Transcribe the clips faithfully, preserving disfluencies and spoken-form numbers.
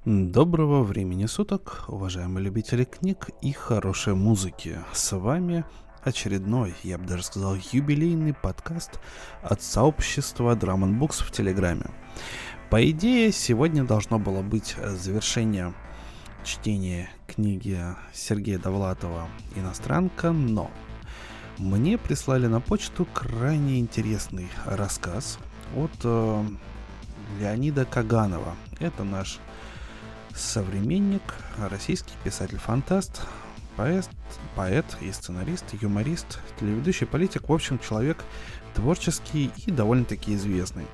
Доброго времени суток, уважаемые любители книг и хорошей музыки. С вами очередной, я бы даже сказал, юбилейный подкаст от сообщества Drum and Books в Телеграме. По идее, сегодня должно было быть завершение чтения книги Сергея Довлатова «Иностранка», но мне прислали на почту крайне интересный рассказ от э, Леонида Каганова. Это наш современник, российский писатель-фантаст, поэт, поэт и сценарист, юморист, телеведущий, политик, в общем, человек творческий и довольно-таки известный.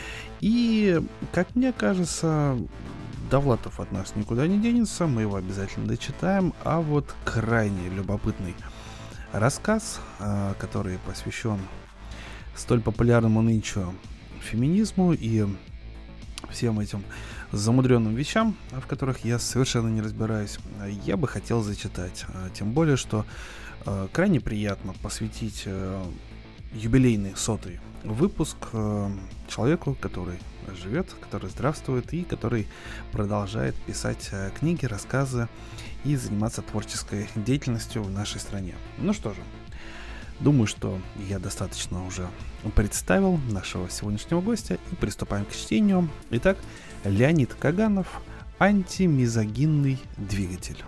И, как мне кажется, Довлатов от нас никуда не денется, мы его обязательно дочитаем, а вот крайне любопытный рассказ, который посвящен столь популярному нынче феминизму и всем этим замудренным вещам, в которых я совершенно не разбираюсь, я бы хотел зачитать. Тем более, что э, крайне приятно посвятить э, юбилейный сотый выпуск э, человеку, который живет, который здравствует и который продолжает писать э, книги, рассказы и заниматься творческой деятельностью в нашей стране. Ну что же, думаю, что я достаточно уже представил нашего сегодняшнего гостя и приступаем к чтению. Итак, Леонид Каганов «Антимизогинный двигатель».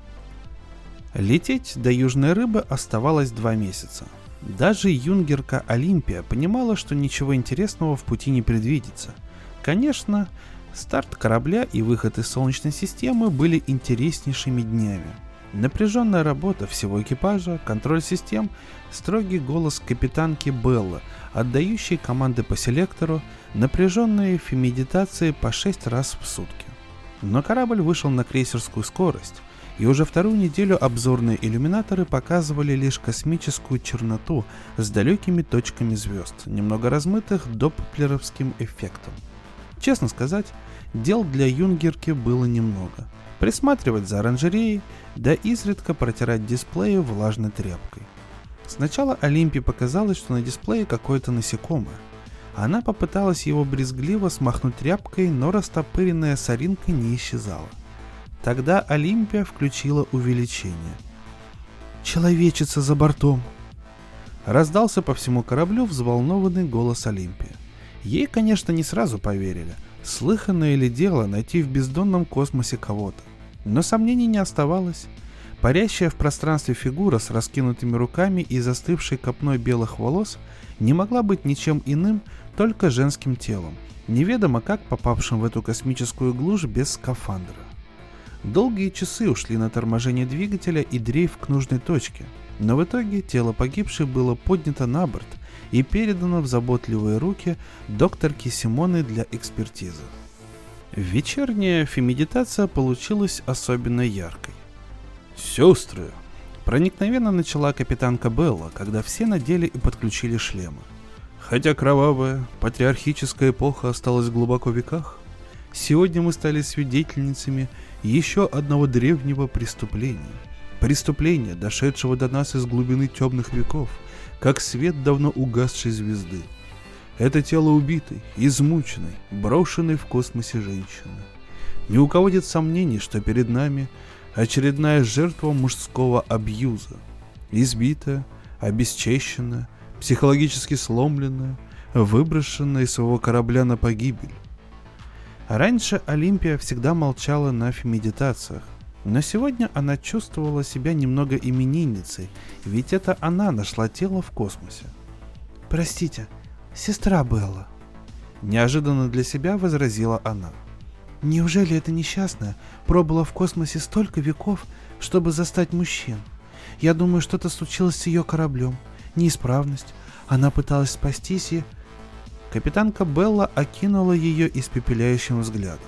Лететь до Южной Рыбы оставалось два месяца. Даже юнгерка Олимпия понимала, что ничего интересного в пути не предвидится. Конечно, старт корабля и выход из Солнечной системы были интереснейшими днями. Напряженная работа всего экипажа, контроль систем, строгий голос капитанки Беллы, отдающей команды по селектору, напряженные фемедитации по шесть раз в сутки. Но корабль вышел на крейсерскую скорость, и уже вторую неделю обзорные иллюминаторы показывали лишь космическую черноту с далекими точками звезд, немного размытых доплеровским эффектом. Честно сказать, дел для юнгерки было немного. Присматривать за оранжереей, да изредка протирать дисплеи влажной тряпкой. Сначала Олимпии показалось, что на дисплее какое-то насекомое. Она попыталась его брезгливо смахнуть тряпкой, но растопыренная соринка не исчезала. Тогда Олимпия включила увеличение. «Человечица за бортом!» Раздался по всему кораблю взволнованный голос Олимпии. Ей, конечно, не сразу поверили. Слыханное ли дело найти в бездонном космосе кого-то? Но сомнений не оставалось. Парящая в пространстве фигура с раскинутыми руками и застывшей копной белых волос не могла быть ничем иным, только женским телом, неведомо как попавшим в эту космическую глушь без скафандра. Долгие часы ушли на торможение двигателя и дрейф к нужной точке, но в итоге тело погибшей было поднято на борт и передано в заботливые руки докторки Симоны для экспертизы. Вечерняя фемедитация получилась особенно яркой. «Сестры!» — проникновенно начала капитанка Белла, когда все надели и подключили шлемы. «Хотя кровавая, патриархическая эпоха осталась глубоко в веках, сегодня мы стали свидетельницами еще одного древнего преступления. Преступления, дошедшего до нас из глубины темных веков, как свет давно угасшей звезды. Это тело убитой, измученной, брошенной в космосе женщины. Ни у кого нет сомнений, что перед нами очередная жертва мужского абьюза. Избитая, обесчещенная, психологически сломленная, выброшенная из своего корабля на погибель. Раньше Олимпия всегда молчала на фемедитациях, но сегодня она чувствовала себя немного именинницей, ведь это она нашла тело в космосе. «Простите, сестра Белла», — неожиданно для себя возразила она. «Неужели эта несчастная пробыла в космосе столько веков, чтобы застать мужчин? Я думаю, что-то случилось с ее кораблем, неисправность. Она пыталась спастись и...» Капитанка Белла окинула ее испепеляющим взглядом.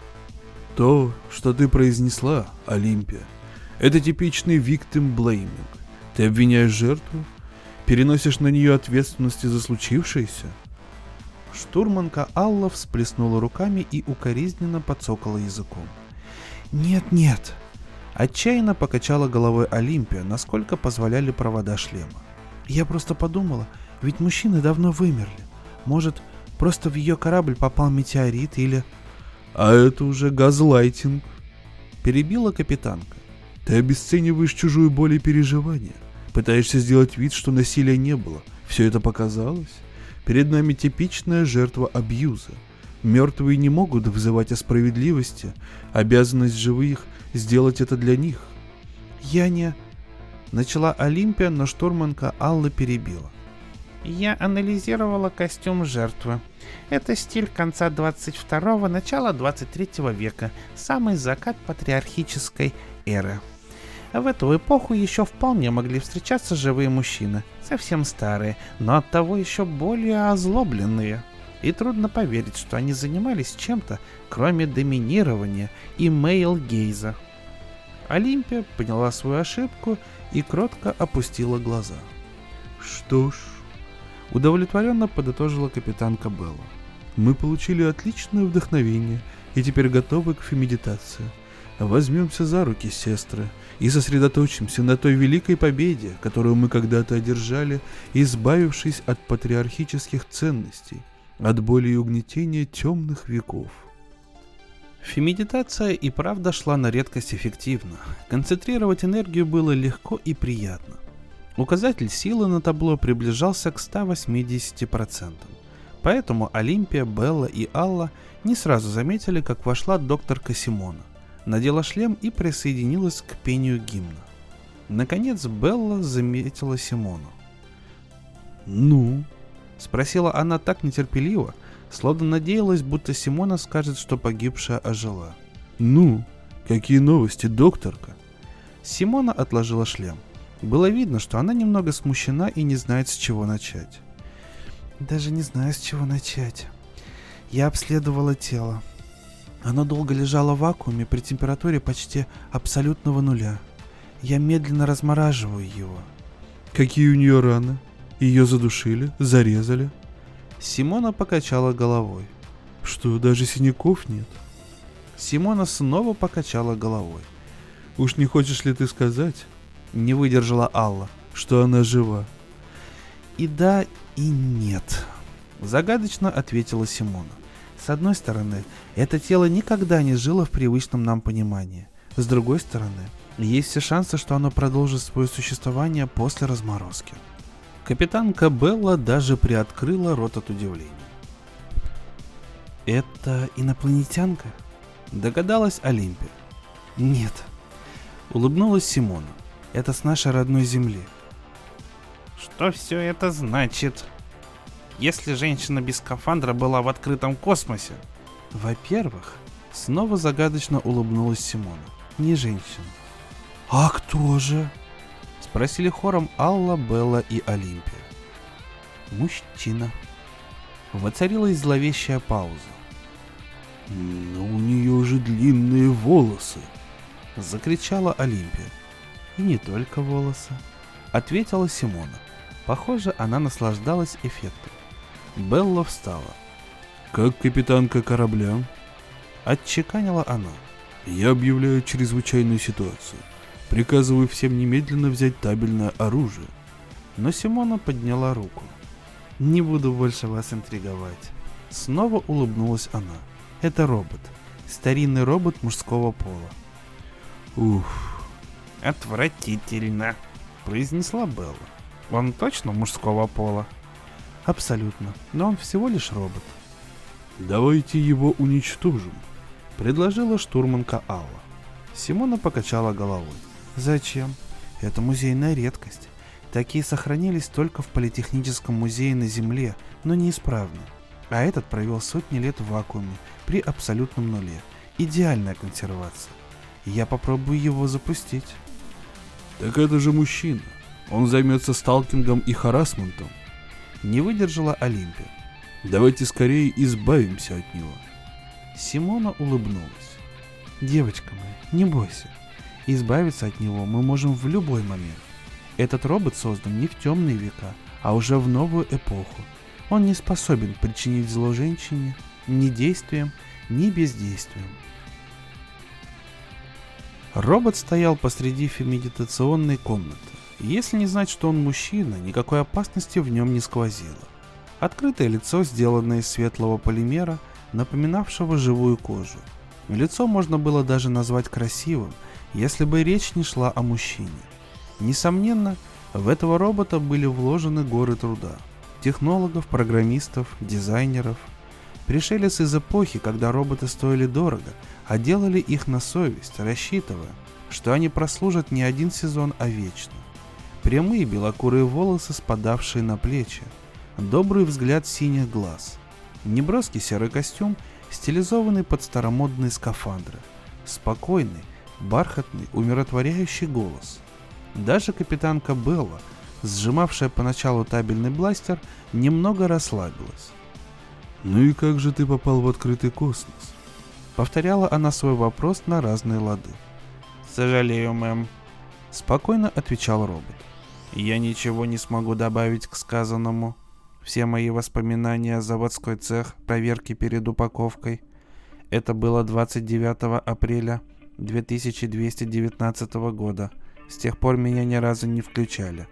«То, что ты произнесла, Олимпия, это типичный victim blaming. Ты обвиняешь жертву, переносишь на нее ответственность за случившееся?» Штурманка Алла всплеснула руками и укоризненно подсокала языком. «Нет, нет!» Отчаянно покачала головой Олимпия, насколько позволяли провода шлема. «Я просто подумала, ведь мужчины давно вымерли. Может, просто в ее корабль попал метеорит или...» А это уже газлайтинг, перебила капитанка. Ты обесцениваешь чужую боль и переживания. Пытаешься сделать вид, что насилия не было. Все это показалось. Перед нами типичная жертва абьюза. Мертвые не могут взывать о справедливости. Обязанность живых сделать это для них. Я не... Начала Олимпия, но штурманка Алла перебила. Я анализировала костюм жертвы. Это стиль конца двадцать второго, начала двадцать третьего века, самый закат патриархической эры. В эту эпоху еще вполне могли встречаться живые мужчины, совсем старые, но оттого еще более озлобленные. И трудно поверить, что они занимались чем-то, кроме доминирования и мейл-гейза. Олимпия поняла свою ошибку и кротко опустила глаза. Что ж, удовлетворенно подытожила капитанка Белла. Мы получили отличное вдохновение и теперь готовы к фемидитации. Возьмемся за руки, сестры, и сосредоточимся на той великой победе, которую мы когда-то одержали, избавившись от патриархических ценностей, от боли и угнетения темных веков. Фемидитация и правда шла на редкость эффективно. Концентрировать энергию было легко и приятно. Указатель силы на табло приближался к ста восьмидесяти процентам. Поэтому Олимпия, Белла и Алла не сразу заметили, как вошла докторка Симона, надела шлем и присоединилась к пению гимна. Наконец Белла заметила Симону. «Ну?» — спросила она так нетерпеливо, словно надеялась, будто Симона скажет, что погибшая ожила. «Ну, какие новости, докторка?» Симона отложила шлем. Было видно, что она немного смущена и не знает, с чего начать. «Даже не знаю, с чего начать. Я обследовала тело. Оно долго лежало в вакууме при температуре почти абсолютного нуля. Я медленно размораживаю его». «Какие у нее раны? Ее задушили? Зарезали?» Симона покачала головой. «Что, даже синяков нет?» Симона снова покачала головой. «Уж не хочешь ли ты сказать?» Не выдержала Алла. «Что она жива?» «И да, и нет», загадочно ответила Симона. «С одной стороны, это тело никогда не жило в привычном нам понимании. С другой стороны, есть все шансы, что оно продолжит свое существование после разморозки». Капитанка Белла даже приоткрыла рот от удивления. «Это инопланетянка?» Догадалась Олимпия. «Нет», улыбнулась Симона. «Это с нашей родной земли». «Что все это значит? Если женщина без скафандра была в открытом космосе?» «Во-первых», снова загадочно улыбнулась Симона, «не женщина». «А кто же?» Спросили хором Алла, Белла и Олимпия. «Мужчина». Воцарилась зловещая пауза. «Но у нее уже длинные волосы!» Закричала Олимпия. «И не только волосы», ответила Симона. Похоже, она наслаждалась эффектом. Белла встала. «Как капитанка корабля?» Отчеканила она. «Я объявляю чрезвычайную ситуацию. Приказываю всем немедленно взять табельное оружие». Но Симона подняла руку. «Не буду больше вас интриговать». Снова улыбнулась она. «Это робот. Старинный робот мужского пола». «Уф, отвратительно», произнесла Белла. «Он точно мужского пола?» «Абсолютно, но он всего лишь робот». «Давайте его уничтожим», предложила штурманка Алла. Симона покачала головой. «Зачем? Это музейная редкость. Такие сохранились только в Политехническом музее на Земле, но неисправны. А этот провел сотни лет в вакууме при абсолютном нуле. Идеальная консервация. Я попробую его запустить». «Так это же мужчина. Он займется сталкингом и харассментом». Не выдержала Олимпия. «Давайте скорее избавимся от него». Симона улыбнулась. «Девочка моя, не бойся. Избавиться от него мы можем в любой момент. Этот робот создан не в темные века, а уже в новую эпоху. Он не способен причинить зло женщине ни действием, ни бездействием». Робот стоял посреди фемидитационной комнаты. Если не знать, что он мужчина, никакой опасности в нем не сквозило. Открытое лицо, сделанное из светлого полимера, напоминавшего живую кожу. Лицо можно было даже назвать красивым, если бы речь не шла о мужчине. Несомненно, в этого робота были вложены горы труда. Технологов, программистов, дизайнеров. Пришелец из эпохи, когда роботы стоили дорого, а делали их на совесть, рассчитывая, что они прослужат не один сезон, а вечно. Прямые белокурые волосы, спадавшие на плечи. Добрый взгляд синих глаз. Неброский серый костюм, стилизованный под старомодные скафандры. Спокойный, бархатный, умиротворяющий голос. Даже капитанка Белла, сжимавшая поначалу табельный бластер, немного расслабилась. «Ну и как же ты попал в открытый космос?» Повторяла она свой вопрос на разные лады. «Сожалею, мэм», — спокойно отвечал робот. «Я ничего не смогу добавить к сказанному. Все мои воспоминания, заводской цех, проверки перед упаковкой. Это было двадцать девятого апреля две тысячи двести девятнадцатого года. С тех пор меня ни разу не включали».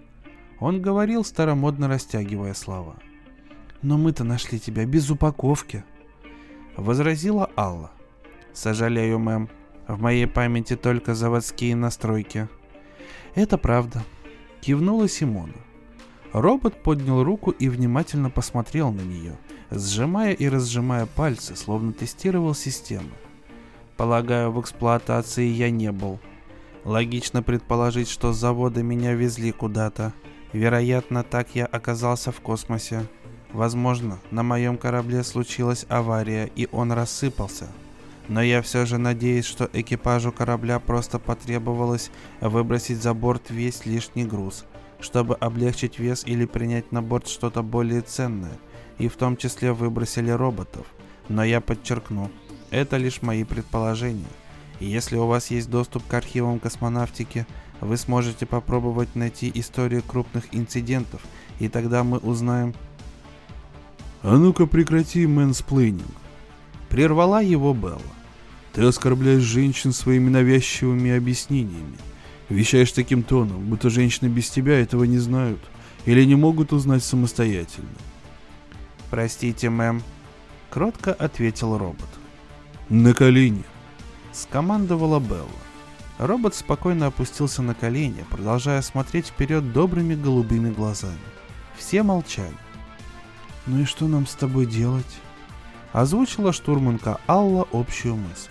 Он говорил, старомодно растягивая слова. «Но мы-то нашли тебя без упаковки», — возразила Алла. «Сожалею, мэм. В моей памяти только заводские настройки». «Это правда», — кивнула Симона. Робот поднял руку и внимательно посмотрел на нее, сжимая и разжимая пальцы, словно тестировал систему. «Полагаю, в эксплуатации я не был. Логично предположить, что с завода меня везли куда-то. Вероятно, так я оказался в космосе. Возможно, на моем корабле случилась авария, и он рассыпался. Но я все же надеюсь, что экипажу корабля просто потребовалось выбросить за борт весь лишний груз, чтобы облегчить вес или принять на борт что-то более ценное, и в том числе выбросили роботов. Но я подчеркну, это лишь мои предположения. И если у вас есть доступ к архивам космонавтики, вы сможете попробовать найти историю крупных инцидентов, и тогда мы узнаем... «А ну-ка прекрати мэнсплейнинг», — прервала его Белла. «Ты оскорбляешь женщин своими навязчивыми объяснениями. Вещаешь таким тоном, будто женщины без тебя этого не знают или не могут узнать самостоятельно». «Простите, мэм», — кротко ответил робот. «На колени», — скомандовала Белла. Робот спокойно опустился на колени, продолжая смотреть вперед добрыми голубыми глазами. Все молчали. «Ну и что нам с тобой делать?» — озвучила штурманка Алла общую мысль.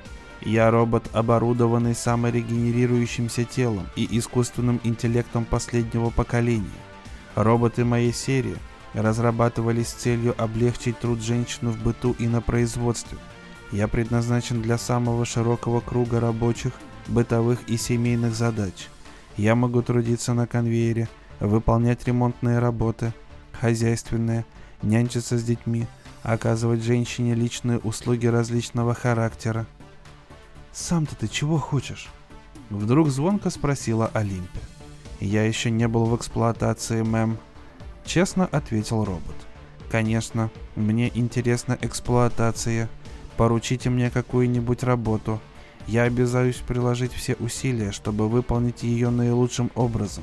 «Я робот, оборудованный саморегенерирующимся телом и искусственным интеллектом последнего поколения. Роботы моей серии разрабатывались с целью облегчить труд женщины в быту и на производстве. Я предназначен для самого широкого круга рабочих, бытовых и семейных задач. Я могу трудиться на конвейере, выполнять ремонтные работы, хозяйственные, нянчиться с детьми, оказывать женщине личные услуги различного характера». «Сам-то ты чего хочешь?» Вдруг звонко спросила Олимпия. «Я еще не был в эксплуатации, мэм», — честно ответил робот. «Конечно, мне интересна эксплуатация. Поручите мне какую-нибудь работу. Я обязуюсь приложить все усилия, чтобы выполнить ее наилучшим образом».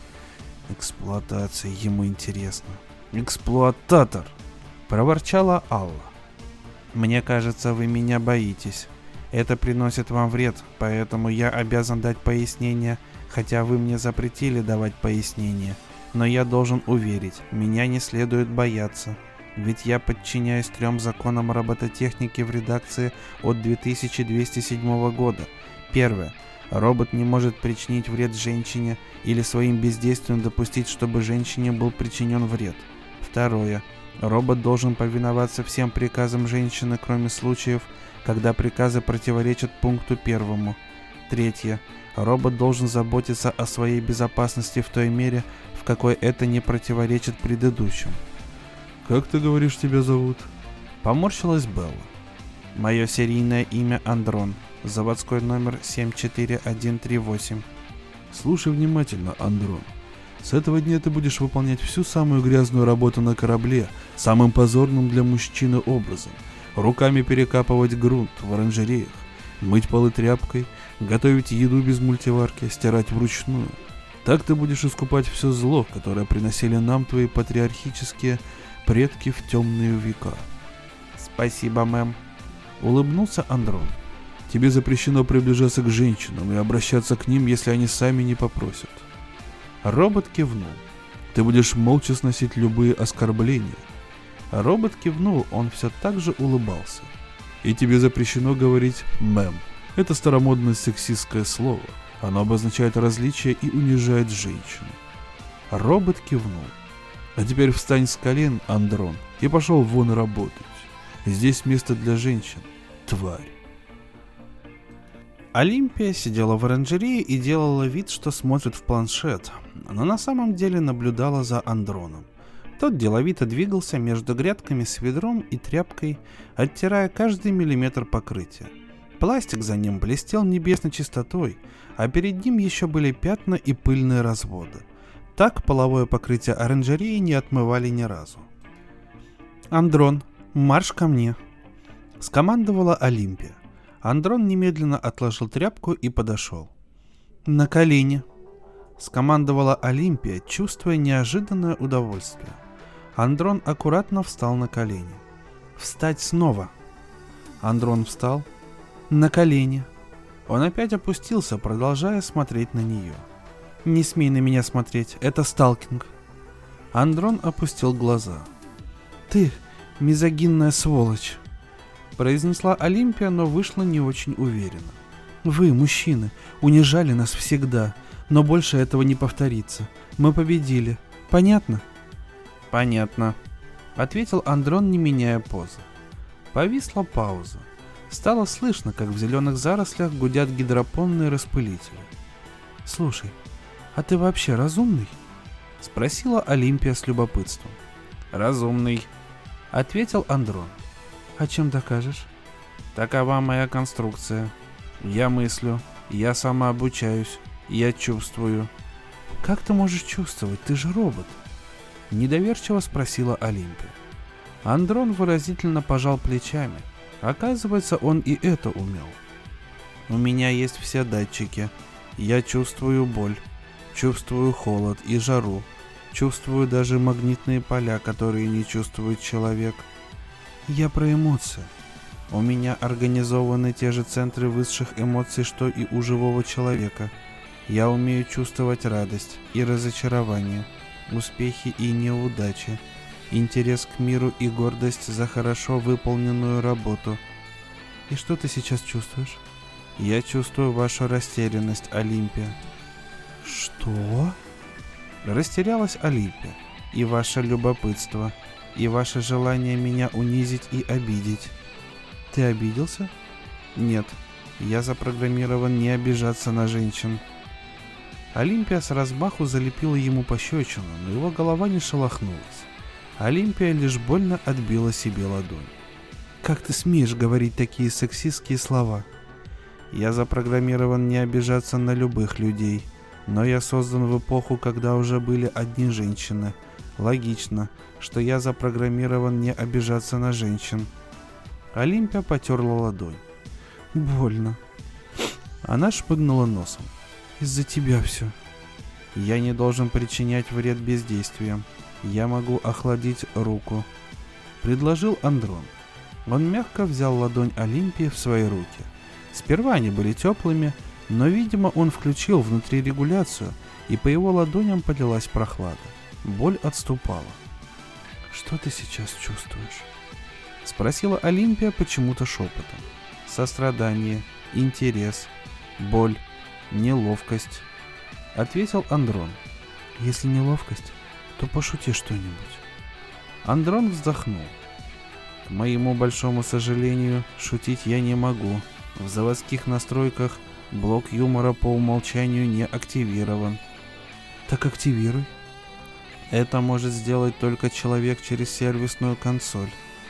«Эксплуатация ему интересна. Эксплуататор!» — проворчала Алла. «Мне кажется, вы меня боитесь. Это приносит вам вред, поэтому я обязан дать пояснение, хотя вы мне запретили давать пояснения. Но я должен уверить, меня не следует бояться. Ведь я подчиняюсь трем законам робототехники в редакции от две тысячи двести седьмого года. Первое. Робот не может причинить вред женщине или своим бездействием допустить, чтобы женщине был причинен вред. Второе. Робот должен повиноваться всем приказам женщины, кроме случаев, когда приказы противоречат пункту первому. Третье. Робот должен заботиться о своей безопасности в той мере, в какой это не противоречит предыдущим. «Как ты говоришь, тебя зовут?» Поморщилась Белла. «Мое серийное имя Андрон. Заводской номер семь четыре один три восемь». «Слушай внимательно, Андрон. С этого дня ты будешь выполнять всю самую грязную работу на корабле, самым позорным для мужчины образом. Руками перекапывать грунт в оранжереях, мыть полы тряпкой, готовить еду без мультиварки, стирать вручную. Так ты будешь искупать все зло, которое приносили нам твои патриархические предки в темные века». Спасибо, мэм. Улыбнулся Андрон. Тебе запрещено приближаться к женщинам и обращаться к ним, если они сами не попросят. Робот кивнул. Ты будешь молча сносить любые оскорбления. Робот кивнул, он все так же улыбался. И тебе запрещено говорить «мэм». Это старомодное сексистское слово. Оно обозначает различие и унижает женщину. Робот кивнул. А теперь встань с колен, Андрон, и пошел вон работать. Здесь место для женщин, тварь. Олимпия сидела в оранжерее и делала вид, что смотрит в планшет, но на самом деле наблюдала за Андроном. Тот деловито двигался между грядками с ведром и тряпкой, оттирая каждый миллиметр покрытия. Пластик за ним блестел небесной чистотой, а перед ним еще были пятна и пыльные разводы. Так половое покрытие оранжереи не отмывали ни разу. «Андрон, марш ко мне!» — скомандовала Олимпия. Андрон немедленно отложил тряпку и подошел. «На колени!» — скомандовала Олимпия, чувствуя неожиданное удовольствие. Андрон аккуратно встал на колени. «Встать снова!» Андрон встал. «На колени!» Он опять опустился, продолжая смотреть на нее. «Не смей на меня смотреть, это сталкинг!» Андрон опустил глаза. «Ты мизогинная сволочь!» Произнесла Олимпия, но вышла не очень уверенно. «Вы, мужчины, унижали нас всегда, но больше этого не повторится. Мы победили. Понятно?» «Понятно», — ответил Андрон, не меняя позы. Повисла пауза. Стало слышно, как в зеленых зарослях гудят гидропонные распылители. «Слушай, а ты вообще разумный?» — спросила Олимпия с любопытством. «Разумный», — ответил Андрон. «А чем докажешь?» «Такова моя конструкция. Я мыслю, я самообучаюсь, я чувствую». «Как ты можешь чувствовать? Ты же робот!» — недоверчиво спросила Олимпия. Андрон выразительно пожал плечами. Оказывается, он и это умел. «У меня есть все датчики. Я чувствую боль, чувствую холод и жару, чувствую даже магнитные поля, которые не чувствует человек. Я про эмоции. У меня организованы те же центры высших эмоций, что и у живого человека. Я умею чувствовать радость и разочарование, успехи и неудачи, интерес к миру и гордость за хорошо выполненную работу. И что ты сейчас чувствуешь?» «Я чувствую вашу растерянность, Олимпия». «Что?» Растерялась Олимпия. «И ваше любопытство, и ваше желание меня унизить и обидеть». «Ты обиделся?» «Нет, я запрограммирован не обижаться на женщин». Олимпия с размаху залепила ему пощечину, но его голова не шелохнулась. Олимпия лишь больно отбила себе ладонь. «Как ты смеешь говорить такие сексистские слова?» «Я запрограммирован не обижаться на любых людей, но я создан в эпоху, когда уже были одни женщины. Логично, что я запрограммирован не обижаться на женщин». Олимпия потерла ладонь. «Больно». Она шпыгнула носом. «Из-за тебя все». «Я не должен причинять вред бездействием. Я могу охладить руку», — предложил Андрон. Он мягко взял ладонь Олимпии в свои руки. Сперва они были теплыми, но, видимо, он включил внутри регуляцию, и по его ладоням полилась прохлада. Боль отступала. «Что ты сейчас чувствуешь?» — спросила Олимпия почему-то шепотом. «Сострадание, интерес, боль, неловкость», — ответил Андрон. «Если неловкость, то пошути что-нибудь». Андрон вздохнул. «К моему большому сожалению, шутить я не могу. В заводских настройках блок юмора по умолчанию не активирован». «Так активируй». «Это может сделать только человек через сервисную консоль».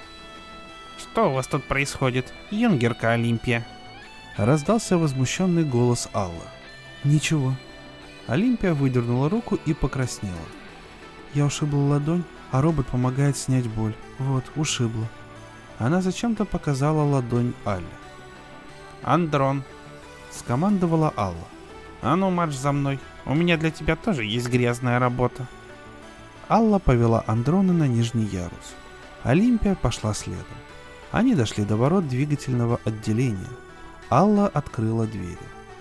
«Что у вас тут происходит, юнгерка Олимпия?» Раздался возмущенный голос Аллы. «Ничего». Олимпия выдернула руку и покраснела. «Я ушибла ладонь, а робот помогает снять боль. Вот, ушибла». Она зачем-то показала ладонь Алле. «Андрон», — скомандовала Алла. «А ну марш за мной, у меня для тебя тоже есть грязная работа». Алла повела Андрона на нижний ярус. Олимпия пошла следом. Они дошли до ворот двигательного отделения. Алла открыла двери.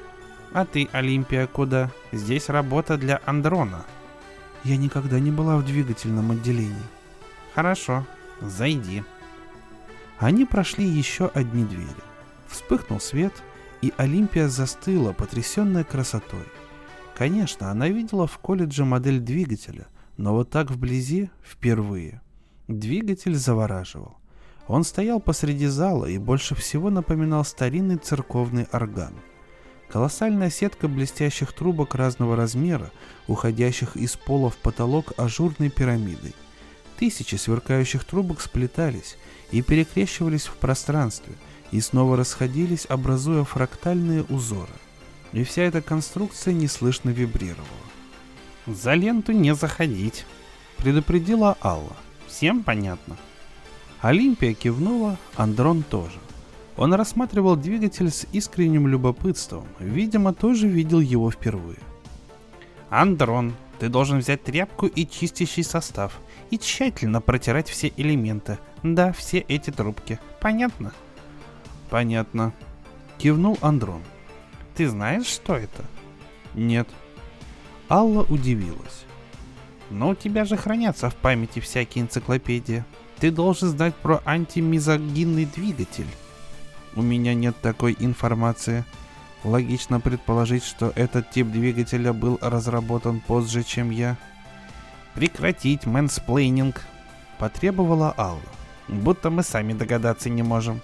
А ты, Олимпия, куда? Здесь работа для Андрона. Я никогда не была в двигательном отделении. Хорошо, зайди. Они прошли еще одни двери. Вспыхнул свет, и Олимпия застыла, потрясенная красотой. Конечно, она видела в колледже модель двигателя, но вот так вблизи впервые. Двигатель завораживал. Он стоял посреди зала и больше всего напоминал старинный церковный орган. Колоссальная сетка блестящих трубок разного размера, уходящих из пола в потолок ажурной пирамидой. Тысячи сверкающих трубок сплетались и перекрещивались в пространстве, и снова расходились, образуя фрактальные узоры. И вся эта конструкция неслышно вибрировала. «За ленту не заходить», — предупредила Алла. «Всем понятно?» Олимпия кивнула, Андрон тоже. Он рассматривал двигатель с искренним любопытством, видимо, тоже видел его впервые. «Андрон, ты должен взять тряпку и чистящий состав и тщательно протирать все элементы. Да, все эти трубки. Понятно?» «Понятно», — кивнул Андрон. «Ты знаешь, что это?» «Нет». Алла удивилась. «Но у тебя же хранятся в памяти всякие энциклопедии. Ты должен знать про антимизогинный двигатель». «У меня нет такой информации. Логично предположить, что этот тип двигателя был разработан позже, чем я». «Прекратить мэнсплейнинг», — потребовала Алла. «Будто мы сами догадаться не можем».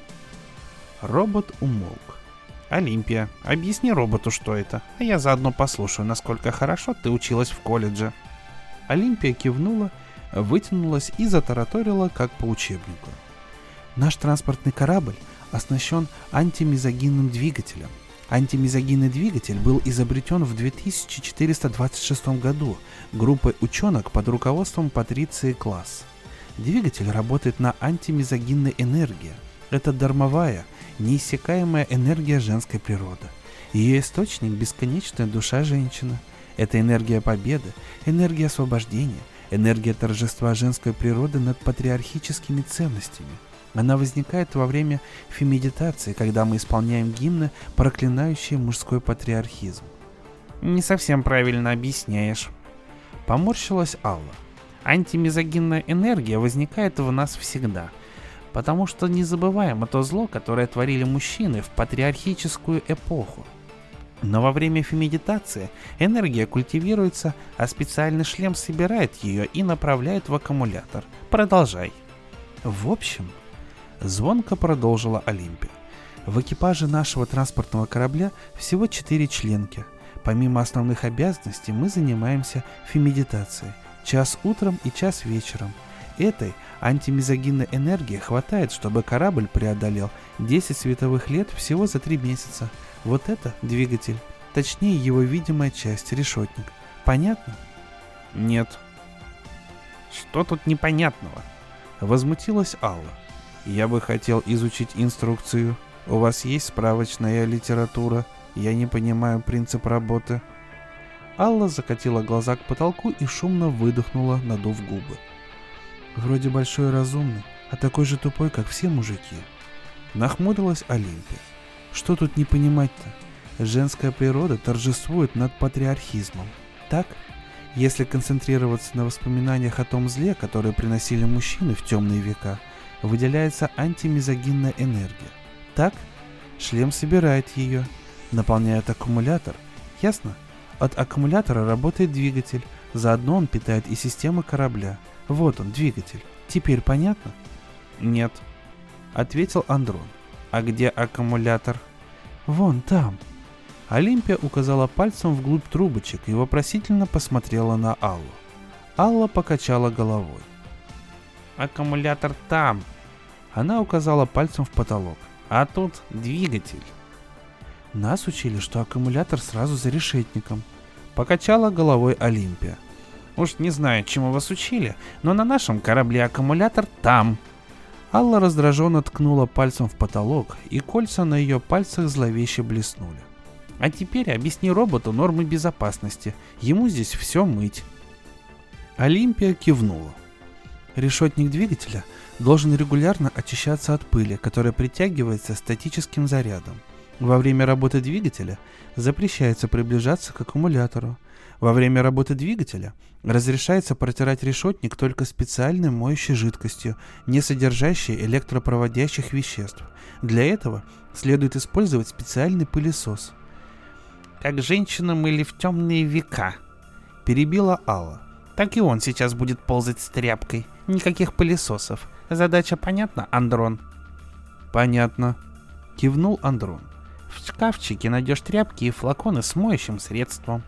Робот умолк. «Олимпия, объясни роботу, что это, а я заодно послушаю, насколько хорошо ты училась в колледже». Олимпия кивнула, вытянулась и затараторила, как по учебнику. «Наш транспортный корабль оснащен антимизогинным двигателем. Антимизогинный двигатель был изобретен в две тысячи четыреста двадцать шестом году группой ученых под руководством Патриции Класс. Двигатель работает на антимизогинной энергии. Это дармовая, неиссякаемая энергия женской природы. Ее источник – бесконечная душа женщины. Это энергия победы, энергия освобождения, энергия торжества женской природы над патриархическими ценностями. Она возникает во время фемедитации, когда мы исполняем гимны, проклинающие мужской патриархизм». «Не совсем правильно объясняешь», — поморщилась Алла. «Антимизогинная энергия возникает в нас всегда, потому что не забываем то зло, которое творили мужчины в патриархическую эпоху. Но во время фемедитации энергия культивируется, а специальный шлем собирает ее и направляет в аккумулятор. Продолжай». «В общем», — звонко продолжила Олимпия, «в экипаже нашего транспортного корабля всего четыре членки. Помимо основных обязанностей мы занимаемся фемедитацией. Час утром и час вечером. Этой антимизогинной энергии хватает, чтобы корабль преодолел десять световых лет всего за три месяца. Вот это двигатель, точнее его видимая часть, решетник. Понятно?» «Нет». «Что тут непонятного?» — возмутилась Алла. «Я бы хотел изучить инструкцию. У вас есть справочная литература? Я не понимаю принцип работы». Алла закатила глаза к потолку и шумно выдохнула, надув губы. «Вроде большой и разумный, а такой же тупой, как все мужики». Нахмурилась Олимпия. «Что тут не понимать-то? Женская природа торжествует над патриархизмом. Так? Если концентрироваться на воспоминаниях о том зле, которое приносили мужчины в темные века, выделяется антимизогинная энергия. Так? Шлем собирает ее, наполняет аккумулятор. Ясно? От аккумулятора работает двигатель, заодно он питает и систему корабля. Вот он, двигатель. Теперь понятно?» «Нет», — ответил Андрон. «А где аккумулятор?» «Вон там». Олимпия указала пальцем вглубь трубочек и вопросительно посмотрела на Аллу. Алла покачала головой. «Аккумулятор там». Она указала пальцем в потолок. «А тут двигатель». «Нас учили, что аккумулятор сразу за решетником», — покачала головой Олимпия. «Уж не знаю, чему вас учили, но на нашем корабле аккумулятор там». Алла раздраженно ткнула пальцем в потолок, и кольца на ее пальцах зловеще блеснули. «А теперь объясни роботу нормы безопасности. Ему здесь все мыть». Олимпия кивнула. Решетник двигателя должен регулярно очищаться от пыли, которая притягивается статическим зарядом. Во время работы двигателя запрещается приближаться к аккумулятору. Во время работы двигателя разрешается протирать решетник только специальной моющей жидкостью, не содержащей электропроводящих веществ. Для этого следует использовать специальный пылесос. «Как женщина мыли в темные века», — перебила Алла. «Так и он сейчас будет ползать с тряпкой. Никаких пылесосов. Задача понятна, Андрон?» «Понятно», — кивнул Андрон. «В шкафчике найдешь тряпки и флаконы с моющим средством».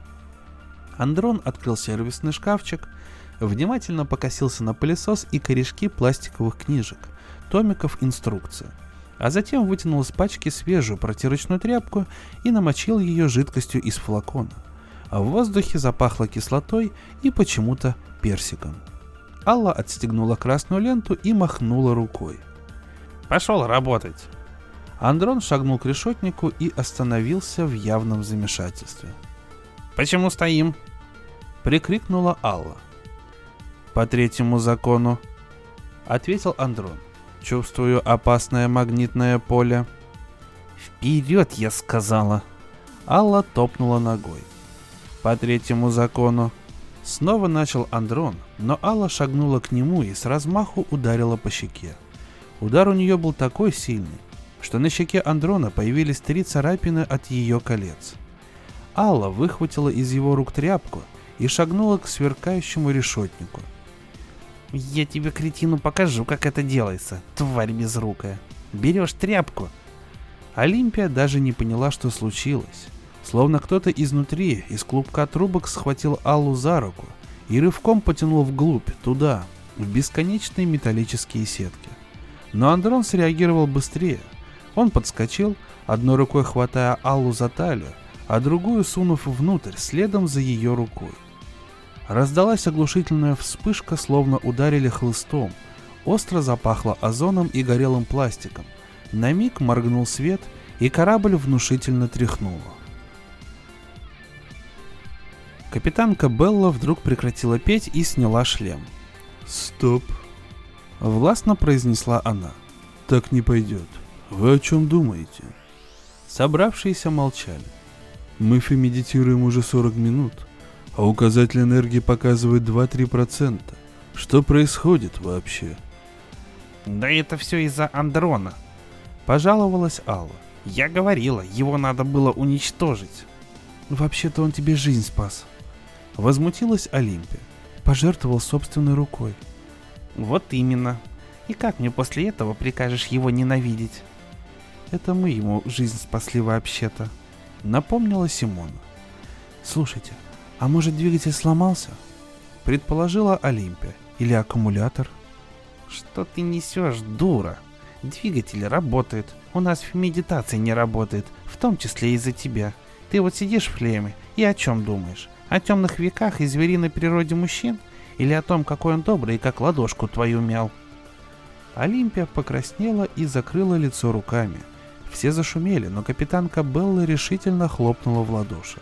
Андрон открыл сервисный шкафчик, внимательно покосился на пылесос и корешки пластиковых книжек, томиков инструкции, а затем вытянул из пачки свежую протирочную тряпку и намочил ее жидкостью из флакона. А в воздухе запахло кислотой и почему-то персиком. Алла отстегнула красную ленту и махнула рукой. «Пошел работать!» Андрон шагнул к решетнику и остановился в явном замешательстве. «Почему стоим?» — прикрикнула Алла. «По третьему закону», — ответил Андрон. «Чувствую опасное магнитное поле». «Вперед, я сказала!» Алла топнула ногой. «По третьему закону». Снова начал Андрон, но Алла шагнула к нему и с размаху ударила по щеке. Удар у нее был такой сильный, что на щеке Андрона появились три царапины от ее колец. Алла выхватила из его рук тряпку и шагнула к сверкающему решетнику. «Я тебе, кретину, покажу, как это делается, тварь безрукая. Берешь тряпку». Олимпия даже не поняла, что случилось. Словно кто-то изнутри, из клубка трубок, схватил Аллу за руку и рывком потянул вглубь, туда, в бесконечные металлические сетки. Но Андрон среагировал быстрее. Он подскочил, одной рукой хватая Аллу за талию, а другую сунув внутрь, следом за ее рукой. Раздалась оглушительная вспышка, словно ударили хлыстом. Остро запахло озоном и горелым пластиком. На миг моргнул свет, и корабль внушительно тряхнуло. Капитанка Белла вдруг прекратила петь и сняла шлем. «Стоп!» — властно произнесла она. «Так не пойдет. Вы о чем думаете?» Собравшиеся молчали. «Мы фемедитируем уже сорок минут, а указатель энергии показывает два-три процента. Что происходит вообще?» «Да это все из-за Андрона», — пожаловалась Алла. «Я говорила, его надо было уничтожить». «Вообще-то он тебе жизнь спас», — возмутилась Олимпия. «Пожертвовал собственной рукой». «Вот именно. И как мне после этого прикажешь его ненавидеть?» «Это мы ему жизнь спасли вообще-то», — напомнила Симона. «Слушайте, а может двигатель сломался?» — предположила Олимпия. «Или аккумулятор?» «Что ты несешь, дура? Двигатель работает. У нас в медитации не работает, в том числе из-за тебя. Ты вот сидишь в шлеме и о чем думаешь? О темных веках и звериной природе мужчин? Или о том, какой он добрый и как ладошку твою мял?» Олимпия покраснела и закрыла лицо руками. Все зашумели, но капитанка Белла решительно хлопнула в ладоши.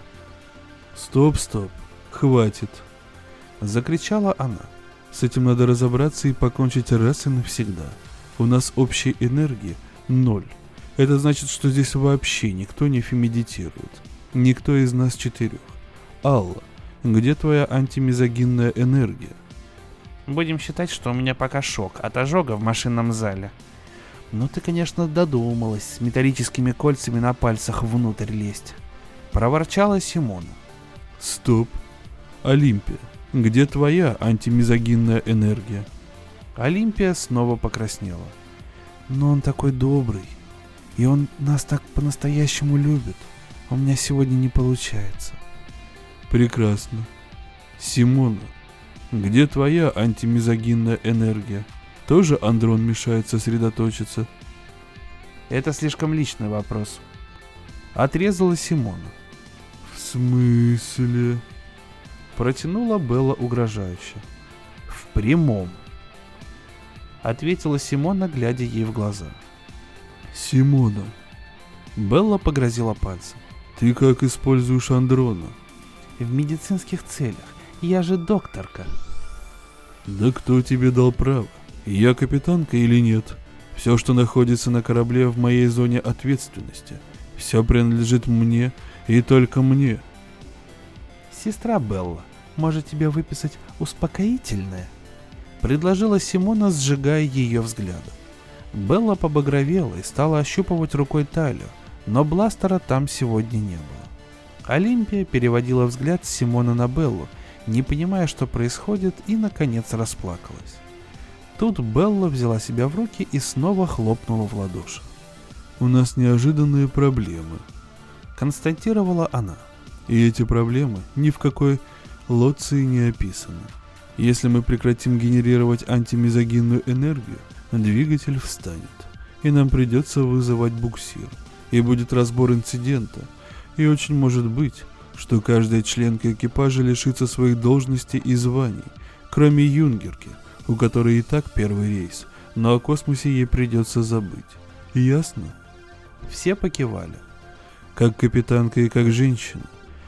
«Стоп, стоп, хватит!» — закричала она. «С этим надо разобраться и покончить раз и навсегда. У нас общей энергии ноль. Это значит, что здесь вообще никто не фемедитирует. Никто из нас четырех. Алла, где твоя антимизогинная энергия?» «Будем считать, что у меня пока шок от ожога в машинном зале». «Ну ты, конечно, додумалась с металлическими кольцами на пальцах внутрь лезть», — проворчала Симона. «Стоп. Олимпия, где твоя антимизогинная энергия?» Олимпия снова покраснела. «Но он такой добрый, и он нас так по-настоящему любит. У меня сегодня не получается». «Прекрасно. Симона, где твоя антимизогинная энергия? Тоже Андрон мешает сосредоточиться?» «Это слишком личный вопрос», — отрезала Симона. «В смысле?» — протянула Белла угрожающе. «В прямом», — ответила Симона, глядя ей в глаза. «Симона», — Белла погрозила пальцем, — «ты как используешь Андрона?» «В медицинских целях. Я же докторка». Да кто тебе дал право? Я капитанка или нет? Все, что находится на корабле, в моей зоне ответственности. Все принадлежит мне и только мне. Сестра Белла, может тебе выписать успокоительное? Предложила Симона, сжигая ее взглядом. Белла побагровела и стала ощупывать рукой талию, но бластера там сегодня не было. Олимпия переводила взгляд с Симона на Беллу, не понимая, что происходит, и, наконец, расплакалась. Тут Белла взяла себя в руки и снова хлопнула в ладоши. «У нас неожиданные проблемы», — констатировала она. «И эти проблемы ни в какой лоции не описаны. Если мы прекратим генерировать антимезогинную энергию, двигатель встанет, и нам придется вызывать буксир, и будет разбор инцидента, и очень может быть, что каждая членка экипажа лишится своих должностей и званий, кроме юнгерки, у которой и так первый рейс, но о космосе ей придется забыть. Ясно?» Все покивали. «Как капитанка и как женщина,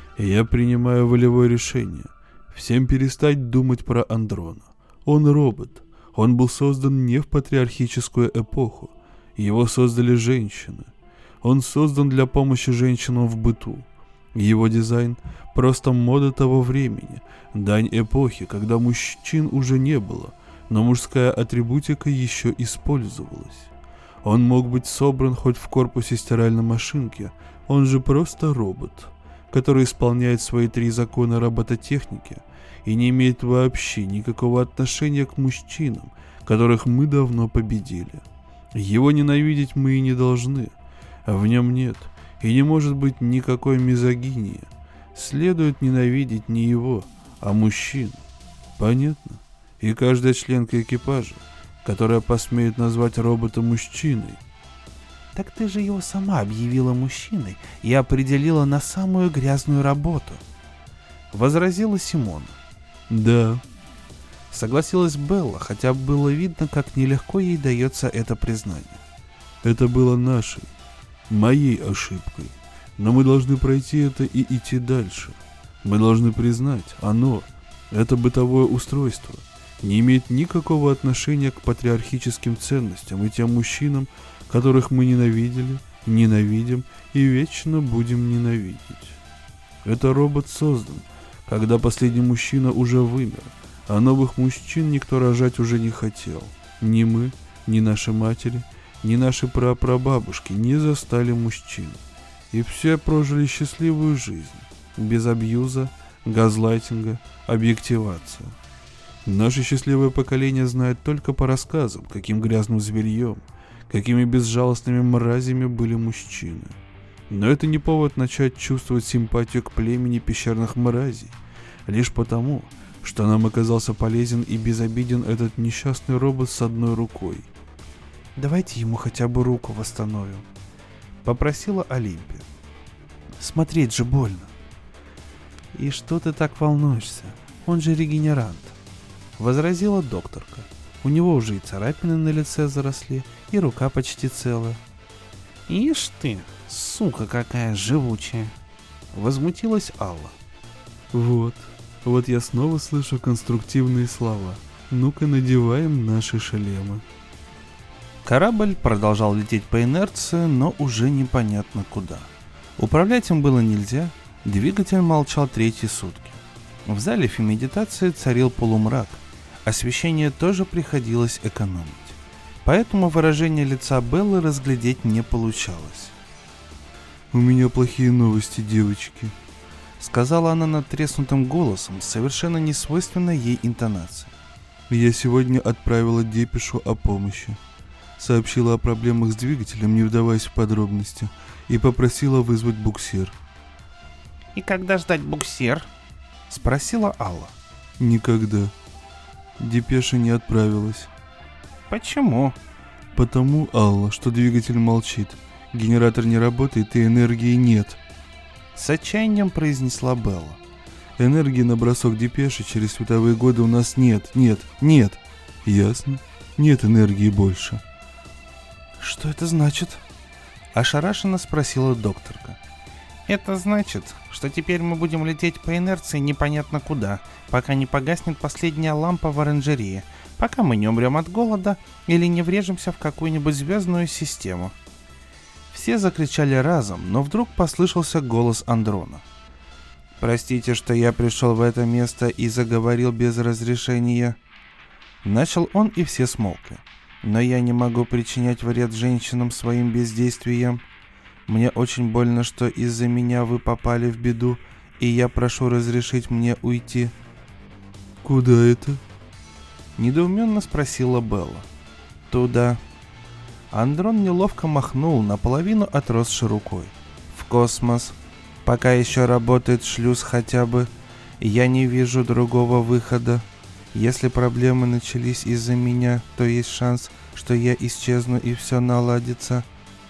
я принимаю волевое решение всем перестать думать про Андрона. Он робот. Он был создан не в патриархическую эпоху. Его создали женщины. Он создан для помощи женщинам в быту. Его дизайн – просто мода того времени, дань эпохи, когда мужчин уже не было, но мужская атрибутика еще использовалась. Он мог быть собран хоть в корпусе стиральной машинки, он же просто робот, который исполняет свои три закона робототехники и не имеет вообще никакого отношения к мужчинам, которых мы давно победили. Его ненавидеть мы и не должны, а в нем нет и не может быть никакой мизогинии. Следует ненавидеть не его, а мужчин. Понятно? И каждая членка экипажа, которая посмеет назвать робота мужчиной». «Так ты же его сама объявила мужчиной и определила на самую грязную работу», — возразила Симона. «Да», — согласилась Белла, хотя было видно, как нелегко ей дается это признание. «Это было нашей, моей ошибкой, но мы должны пройти это и идти дальше. Мы должны признать, оно, это бытовое устройство, не имеет никакого отношения к патриархическим ценностям и тем мужчинам, которых мы ненавидели, ненавидим и вечно будем ненавидеть. Это робот создан, когда последний мужчина уже вымер, а новых мужчин никто рожать уже не хотел. Ни мы, ни наши матери, ни наши прапрабабушки не застали мужчин. И все прожили счастливую жизнь, без абьюза, газлайтинга, объективации. Наше счастливое поколение знает только по рассказам, каким грязным зверьем, какими безжалостными мразями были мужчины. Но это не повод начать чувствовать симпатию к племени пещерных мразей, лишь потому, что нам оказался полезен и безобиден этот несчастный робот с одной рукой. «Давайте ему хотя бы руку восстановим», — попросила Олимпия. «Смотреть же больно». «И что ты так волнуешься? Он же регенерант», — возразила докторка. «У него уже и царапины на лице заросли, и рука почти целая». «Ишь ты, сука какая живучая!» — возмутилась Алла. «Вот, вот я снова слышу конструктивные слова. Ну-ка надеваем наши шлемы». Корабль продолжал лететь по инерции, но уже непонятно куда. Управлять им было нельзя, двигатель молчал третьи сутки. В зале фемедитации царил полумрак, освещение тоже приходилось экономить. Поэтому выражение лица Беллы разглядеть не получалось. «У меня плохие новости, девочки», — сказала она надтреснутым голосом, совершенно несвойственной ей интонации. «Я сегодня отправила депешу о помощи. Сообщила о проблемах с двигателем, не вдаваясь в подробности, и попросила вызвать буксир». «И когда ждать буксир?» — спросила Алла. «Никогда. Депеша не отправилась». «Почему?» «Потому, Алла, что двигатель молчит, генератор не работает и энергии нет». С отчаянием произнесла Белла. «Энергии на бросок депеши через световые годы у нас нет, нет, нет». «Ясно? Нет энергии больше». «Что это значит?» — ошарашенно спросила докторка. Это значит, что теперь мы будем лететь по инерции непонятно куда, пока не погаснет последняя лампа в оранжерее, пока мы не умрем от голода или не врежемся в какую-нибудь звездную систему. Все закричали разом, но вдруг послышался голос Андрона. «Простите, что я пришел в это место и заговорил без разрешения». Начал он, и все смолкли. «Но я не могу причинять вред женщинам своим бездействием. Мне очень больно, что из-за меня вы попали в беду, и я прошу разрешить мне уйти». «Куда это?» Недоуменно спросила Белла. «Туда». Андрон неловко махнул наполовину отросшей рукой. «В космос. Пока еще работает шлюз хотя бы. Я не вижу другого выхода. Если проблемы начались из-за меня, то есть шанс, что я исчезну и все наладится».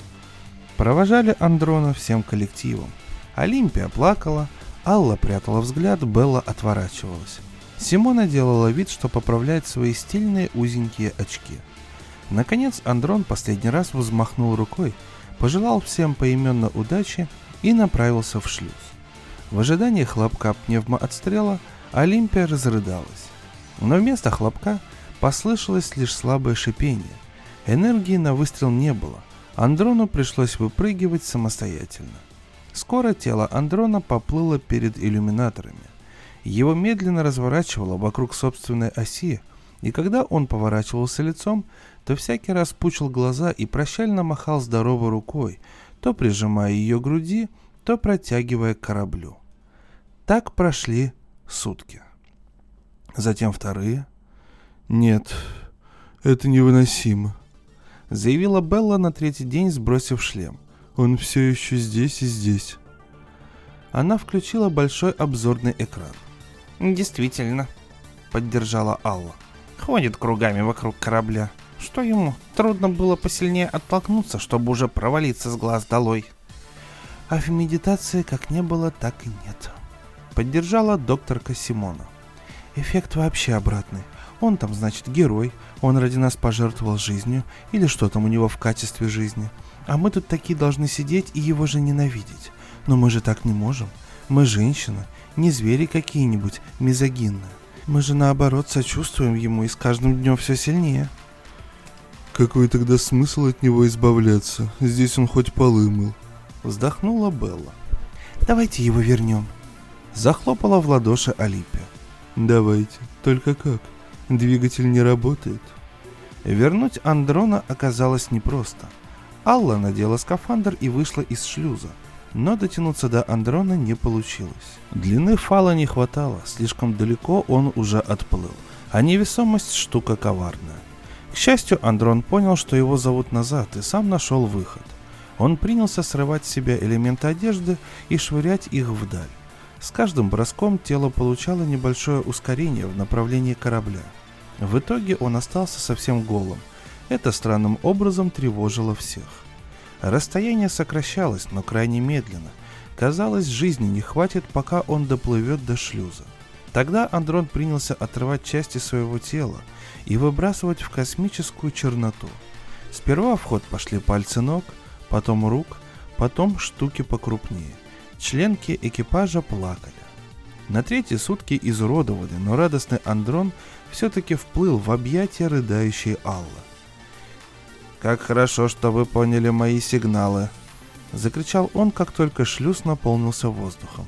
Провожали Андрона всем коллективом. Олимпия плакала, Алла прятала взгляд, Белла отворачивалась. Симона делала вид, что поправляет свои стильные узенькие очки. Наконец Андрон последний раз взмахнул рукой, пожелал всем поименно удачи и направился в шлюз. В ожидании хлопка пневмоотстрела Олимпия разрыдалась. Но вместо хлопка послышалось лишь слабое шипение. Энергии на выстрел не было. Андрону пришлось выпрыгивать самостоятельно. Скоро тело Андрона поплыло перед иллюминаторами. Его медленно разворачивало вокруг собственной оси, и когда он поворачивался лицом, то всякий раз пучил глаза и прощально махал здоровой рукой, то прижимая ее к груди, то протягивая к кораблю. Так прошли сутки. Затем вторые. «Нет, это невыносимо», — заявила Белла на третий день, сбросив шлем. «Он все еще здесь и здесь». Она включила большой обзорный экран. «Действительно», — поддержала Алла. «Ходит кругами вокруг корабля. Что ему? Трудно было посильнее оттолкнуться, чтобы уже провалиться с глаз долой». «А в медитации как не было, так и нет», — поддержала докторка Симона. «Эффект вообще обратный. Он там, значит, герой, он ради нас пожертвовал жизнью, или что там у него в качестве жизни. А мы тут такие должны сидеть и его же ненавидеть. Но мы же так не можем. Мы женщины, не звери какие-нибудь мизогинные. Мы же наоборот сочувствуем ему и с каждым днем все сильнее». «Какой тогда смысл от него избавляться? Здесь он хоть полы мыл». Вздохнула Белла. «Давайте его вернем». Захлопала в ладоши Олимпия. «Давайте. Только как? Двигатель не работает». Вернуть Андрона оказалось непросто. Алла надела скафандр и вышла из шлюза, но дотянуться до Андрона не получилось. Длины фала не хватало, слишком далеко он уже отплыл, а невесомость штука коварная. К счастью, Андрон понял, что его зовут назад, и сам нашел выход. Он принялся срывать с себя элементы одежды и швырять их вдаль. С каждым броском тело получало небольшое ускорение в направлении корабля. В итоге он остался совсем голым. Это странным образом тревожило всех. Расстояние сокращалось, но крайне медленно. Казалось, жизни не хватит, пока он доплывет до шлюза. Тогда Андрон принялся отрывать части своего тела и выбрасывать в космическую черноту. Сперва в ход пошли пальцы ног, потом рук, потом штуки покрупнее. Членки экипажа плакали. На третьи сутки изуродованный, но радостный Андрон все-таки вплыл в объятия рыдающей Аллы. «Как хорошо, что вы поняли мои сигналы!» — закричал он, как только шлюз наполнился воздухом.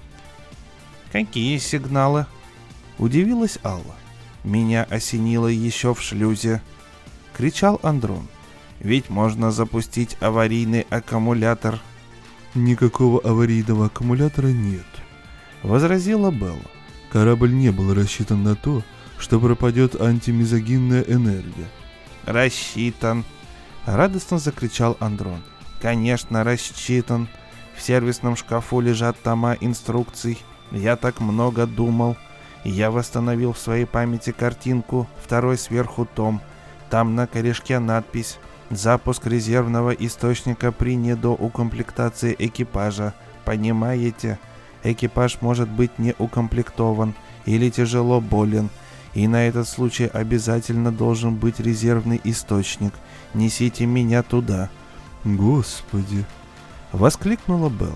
«Какие сигналы?» — удивилась Алла. «Меня осенило еще в шлюзе!» — кричал Андрон. «Ведь можно запустить аварийный аккумулятор!» «Никакого аварийного аккумулятора нет», — возразила Белла. «Корабль не был рассчитан на то, что пропадет антимизогинная энергия». «Рассчитан!» — радостно закричал Андрон. «Конечно, рассчитан. В сервисном шкафу лежат тома инструкций. Я так много думал. Я восстановил в своей памяти картинку, второй сверху том. Там на корешке надпись «Запуск резервного источника при недоукомплектации экипажа». Понимаете? Экипаж может быть неукомплектован или тяжело болен. И на этот случай обязательно должен быть резервный источник. Несите меня туда». «Господи!» — воскликнула Белла.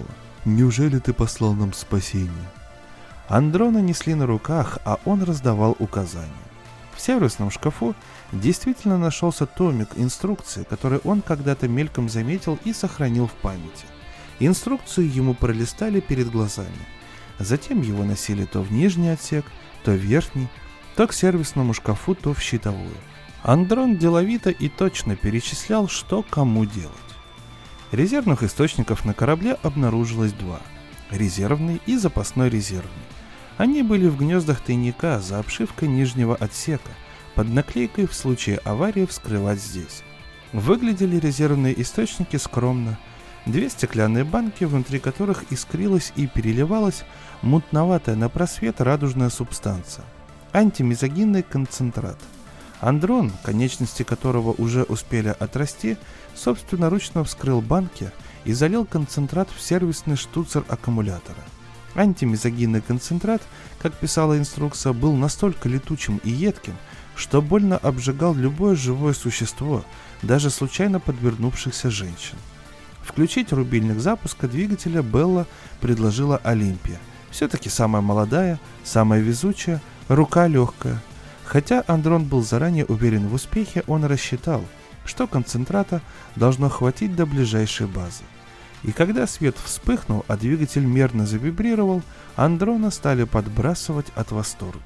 Неужели ты послал нам спасение?» Андрона несли на руках, а он раздавал указания. В сервисном шкафу действительно нашелся томик инструкции, который он когда-то мельком заметил и сохранил в памяти. Инструкцию ему пролистали перед глазами. Затем его носили то в нижний отсек, то в верхний, то к сервисному шкафу, то в щитовую. Андрон деловито и точно перечислял, что кому делать. Резервных источников на корабле обнаружилось два – резервный и запасной резервный. Они были в гнездах тайника за обшивкой нижнего отсека, под наклейкой «В случае аварии вскрывать здесь». Выглядели резервные источники скромно. Две стеклянные банки, внутри которых искрилась и переливалась мутноватая на просвет радужная субстанция – антимезогинный концентрат. Андрон, конечности которого уже успели отрасти, собственноручно вскрыл банки и залил концентрат в сервисный штуцер аккумулятора. Антимезогинный концентрат, как писала инструкция, был настолько летучим и едким, что больно обжигал любое живое существо, даже случайно подвернувшихся женщин. Включить рубильник запуска двигателя Белла предложила Олимпия. Все-таки самая молодая, самая везучая, рука легкая. Хотя Андрон был заранее уверен в успехе, он рассчитал, что концентрата должно хватить до ближайшей базы. И когда свет вспыхнул, а двигатель мерно завибрировал, Андрона стали подбрасывать от восторга.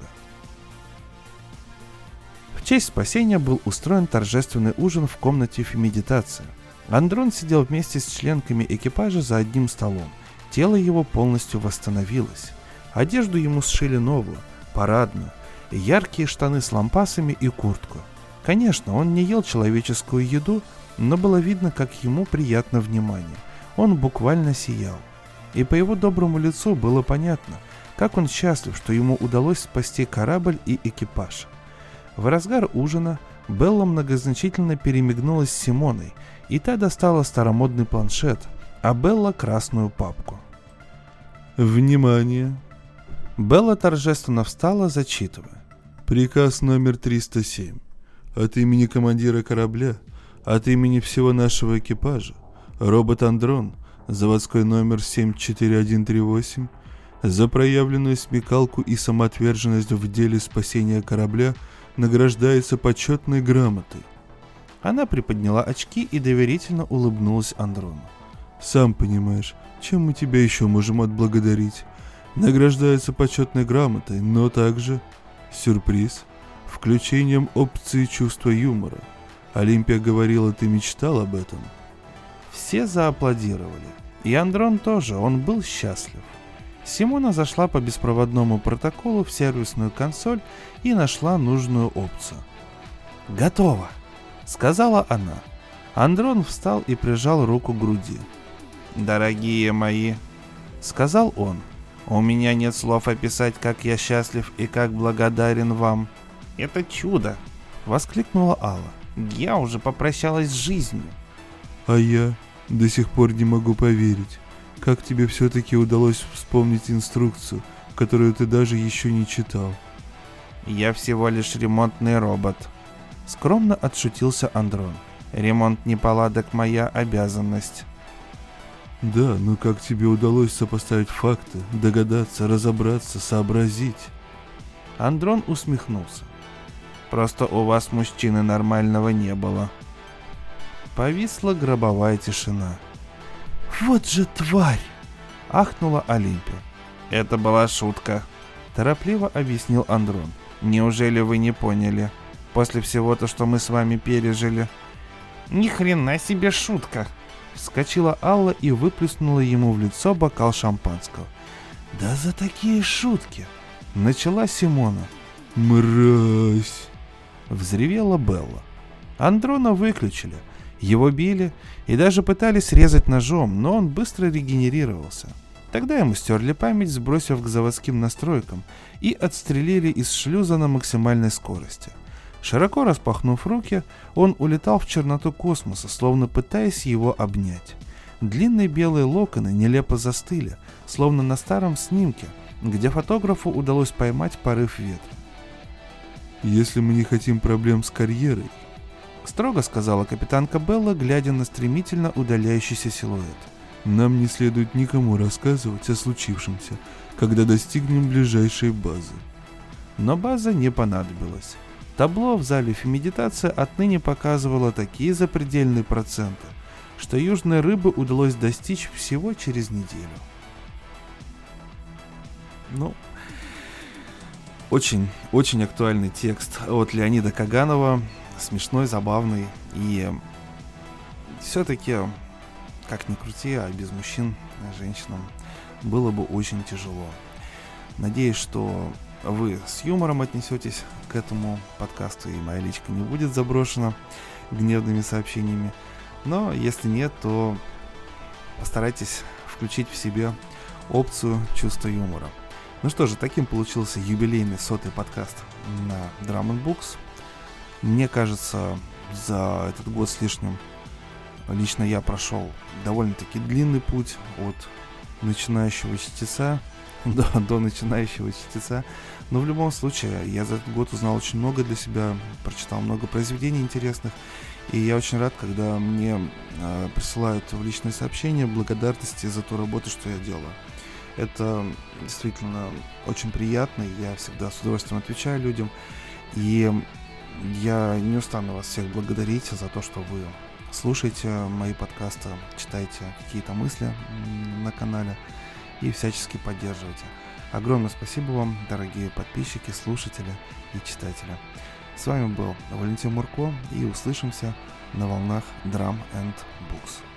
В честь спасения был устроен торжественный ужин в комнате фемедитации. Андрон сидел вместе с членками экипажа за одним столом. Тело его полностью восстановилось. Одежду ему сшили новую, парадную, яркие штаны с лампасами и куртку. Конечно, он не ел человеческую еду, но было видно, как ему приятно внимание. Он буквально сиял. И по его доброму лицу было понятно, как он счастлив, что ему удалось спасти корабль и экипаж. В разгар ужина Белла многозначительно перемигнулась с Симоной, и та достала старомодный планшет, а Белла красную папку. «Внимание!» Белла торжественно встала, зачитывая. «Приказ номер триста семь. От имени командира корабля, от имени всего нашего экипажа, робот Андрон, заводской номер семь четыре один три восемь, за проявленную смекалку и самоотверженность в деле спасения корабля награждается почетной грамотой». Она приподняла очки и доверительно улыбнулась Андрону. «Сам понимаешь, чем мы тебя еще можем отблагодарить? Награждается почетной грамотой, но также, сюрприз, включением опции чувства юмора. Олимпия говорила, ты мечтал об этом». Все зааплодировали. И Андрон тоже, он был счастлив. Симона зашла по беспроводному протоколу в сервисную консоль и нашла нужную опцию. «Готово!» — сказала она. Андрон встал и прижал руку к груди. «Дорогие мои!» — сказал он. «У меня нет слов описать, как я счастлив и как благодарен вам». «Это чудо!» — воскликнула Алла. «Я уже попрощалась с жизнью». «А я до сих пор не могу поверить, как тебе все-таки удалось вспомнить инструкцию, которую ты даже еще не читал». «Я всего лишь ремонтный робот», — скромно отшутился Андрон. «Ремонт неполадок — моя обязанность». «Да, но как тебе удалось сопоставить факты, догадаться, разобраться, сообразить?» Андрон усмехнулся. «Просто у вас, мужчины, нормального не было». Повисла гробовая тишина. «Вот же тварь!» — ахнула Олимпия. «Это была шутка», — торопливо объяснил Андрон. «Неужели вы не поняли? После всего-то, что мы с вами пережили». «Ни хрена себе шутка!» — вскочила Алла и выплеснула ему в лицо бокал шампанского. «Да за такие шутки!» — начала Симона. «Мразь!» — взревела Белла. Андрона выключили. Его били и даже пытались резать ножом, но он быстро регенерировался. Тогда ему стерли память, сбросив к заводским настройкам, и отстрелили из шлюза на максимальной скорости. Широко распахнув руки, он улетал в черноту космоса, словно пытаясь его обнять. Длинные белые локоны нелепо застыли, словно на старом снимке, где фотографу удалось поймать порыв ветра. «Если мы не хотим проблем с карьерой», — строго сказала капитанка Белла, глядя на стремительно удаляющийся силуэт, Нам не следует никому рассказывать о случившемся, когда достигнем ближайшей базы. Но база не понадобилась. Табло в зале фемедитации отныне показывало такие запредельные проценты, что южной рыбы удалось достичь всего через неделю. Ну, очень, очень актуальный текст от Леонида Каганова, смешной, забавный, и все-таки, как ни крути, а без мужчин, женщинам было бы очень тяжело. Надеюсь, что вы с юмором отнесетесь к этому подкасту, и моя личка не будет заброшена гневными сообщениями. Но если нет, то постарайтесь включить в себе опцию чувства юмора. Ну что же, таким получился юбилейный сотый подкаст на Drum and Books. Мне кажется, за этот год с лишним лично я прошел довольно-таки длинный путь от начинающего чтеца до, до начинающего чтеца. Но в любом случае, я за этот год узнал очень много для себя, прочитал много произведений интересных. И я очень рад, когда мне э, присылают в личные сообщения благодарности за ту работу, что я делаю. Это действительно очень приятно, и я всегда с удовольствием отвечаю людям. И я не устану вас всех благодарить за то, что вы слушаете мои подкасты, читаете какие-то мысли на канале и всячески поддерживаете. Огромное спасибо вам, дорогие подписчики, слушатели и читатели. С вами был Валентин Мурко, и услышимся на волнах Drum and Books.